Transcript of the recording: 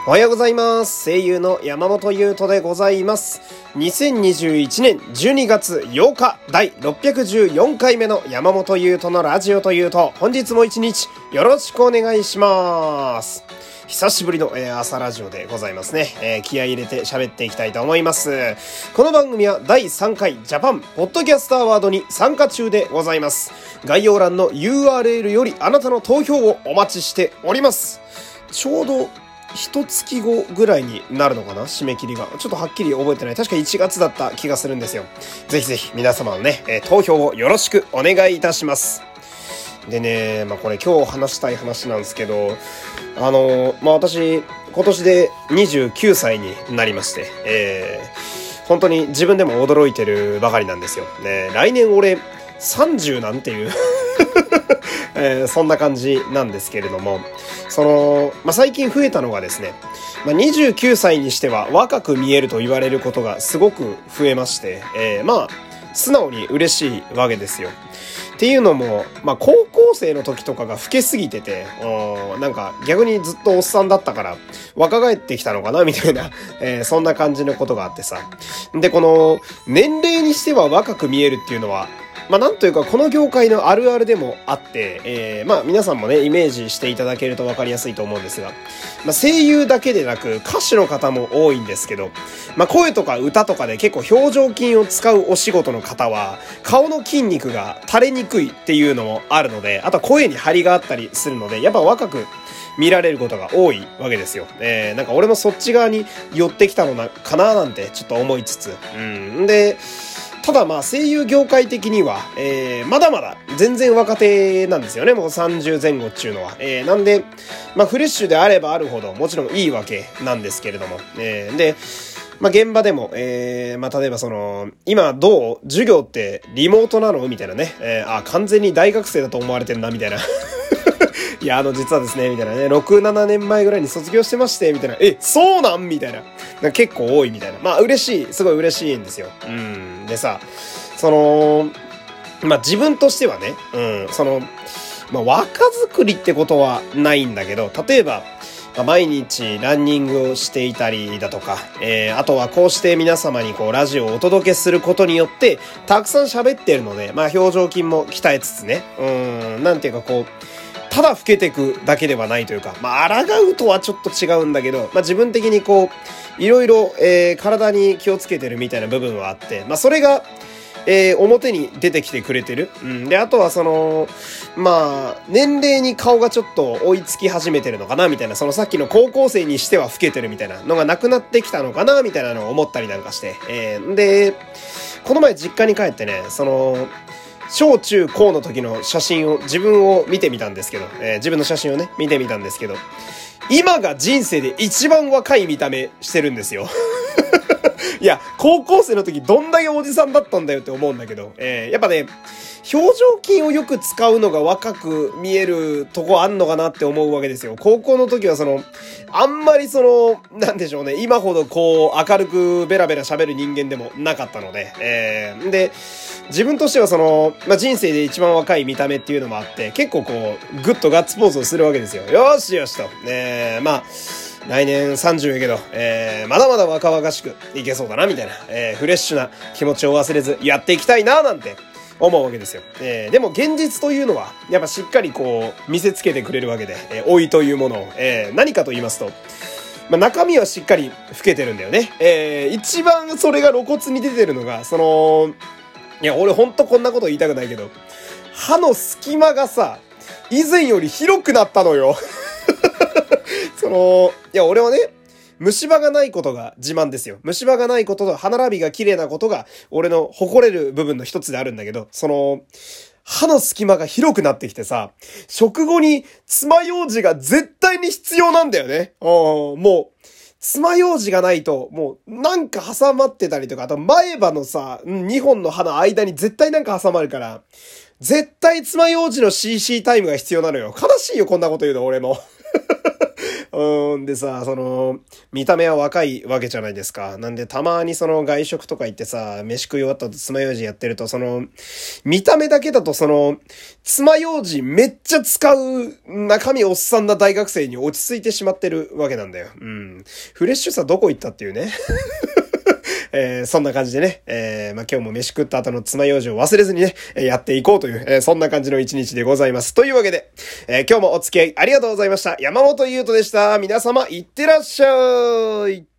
おはようございます。声優の山本優斗でございます。2021年12月8日第614回目の山本優斗のラジオというと、本日も一日よろしくお願いします。久しぶりの朝ラジオでございますね。気合い入れて喋っていきたいと思います。この番組は第3回ジャパンポッドキャストアワードに参加中でございます。概要欄の URL よりあなたの投票をお待ちしております。ちょうど一月後ぐらいになるのかな、締め切りが。ちょっとはっきり覚えてない。確か1月だった気がするんですよ。ぜひぜひ皆様のね、投票をよろしくお願いいたします。でね、これ今日話したい話なんですけど、私、今年で29歳になりまして、本当に自分でも驚いてるばかりなんですよ。ね、来年俺30なんていう、そんな感じなんですけれども、最近増えたのがですね、29歳にしては若く見えると言われることがすごく増えまして、素直に嬉しいわけですよ。っていうのも、高校生の時とかが老けすぎてて、なんか逆にずっとおっさんだったから若返ってきたのかなみたいな、そんな感じのことがあってさ。で、この年齢にしては若く見えるっていうのは、なんというかこの業界のあるあるでもあって、皆さんもね、イメージしていただけると分かりやすいと思うんですが、声優だけでなく歌手の方も多いんですけど、声とか歌とかで結構表情筋を使うお仕事の方は、顔の筋肉が垂れにくいっていうのもあるので、あとは声に張りがあったりするので、やっぱ若く見られることが多いわけですよ。なんか俺もそっち側に寄ってきたのかななんてちょっと思いつつ、で、ただ声優業界的には、まだまだ全然若手なんですよね。もう30前後っていうのは。なんで、フレッシュであればあるほどもちろんいいわけなんですけれども。で、現場でも、例えば今どう授業ってリモートなのみたいなね。完全に大学生だと思われてるな、みたいな。いや、実はですね、みたいなね、6、7年前ぐらいに卒業してまして、みたいな、そうなんみたいな。結構多いみたいな。嬉しい、すごい嬉しいんですよ。でさ、自分としてはね、若作りってことはないんだけど、例えば、毎日ランニングをしていたりだとか、あとはこうして皆様にこうラジオをお届けすることによってたくさん喋ってるので、表情筋も鍛えつつね、なんていうかこう、ただ老けてくだけではないというか、抗うとはちょっと違うんだけど、自分的にこう、いろいろ、体に気をつけてるみたいな部分はあって、それが、表に出てきてくれてる。で、あとは年齢に顔がちょっと追いつき始めてるのかなみたいな、さっきの高校生にしては老けてるみたいなのがなくなってきたのかなみたいなのを思ったりなんかして。で、この前実家に帰ってね、小中高の時の写真を、自分を見てみたんですけど、自分の写真をね、見てみたんですけど、今が人生で一番若い見た目してるんですよ。いや、高校生の時どんだけおじさんだったんだよって思うんだけど、やっぱね、表情筋をよく使うのが若く見えるとこあんのかなって思うわけですよ。高校の時はあんまりなんでしょうね、今ほどこう明るくベラベラ喋る人間でもなかったので、で、自分としては人生で一番若い見た目っていうのもあって、結構こう、グッとガッツポーズをするわけですよ。よしよしと。来年30やけど、まだまだ若々しくいけそうだな、みたいな、フレッシュな気持ちを忘れずやっていきたいな、なんて思うわけですよ。でも現実というのは、やっぱしっかりこう、見せつけてくれるわけで、老いというものを、何かと言いますと、中身はしっかり老けてるんだよね。一番それが露骨に出てるのが、いや、俺ほんとこんなこと言いたくないけど、歯の隙間がさ、以前より広くなったのよ。いや、俺はね、虫歯がないことが自慢ですよ。虫歯がないことと歯並びが綺麗なことが俺の誇れる部分の一つであるんだけど、歯の隙間が広くなってきてさ、食後に爪楊枝が絶対に必要なんだよね。もう、爪楊枝がないと、もう、なんか挟まってたりとか、あと前歯のさ、2本の歯の間に絶対なんか挟まるから、絶対爪楊枝の CC タイムが必要なのよ。悲しいよ、こんなこと言うの、俺も。 でさ、見た目は若いわけじゃないですか。なんでたまに外食とか行ってさ、飯食い終わった後爪楊枝やってると、見た目だけだと爪楊枝めっちゃ使う中身おっさんな大学生に落ち着いてしまってるわけなんだよ。フレッシュさどこ行ったっていうね。そんな感じでね、今日も飯食った後の爪楊枝を忘れずにね、やっていこうという、そんな感じの一日でございます。というわけで、今日もお付き合いありがとうございました。山本優斗でした。皆様、いってらっしゃい。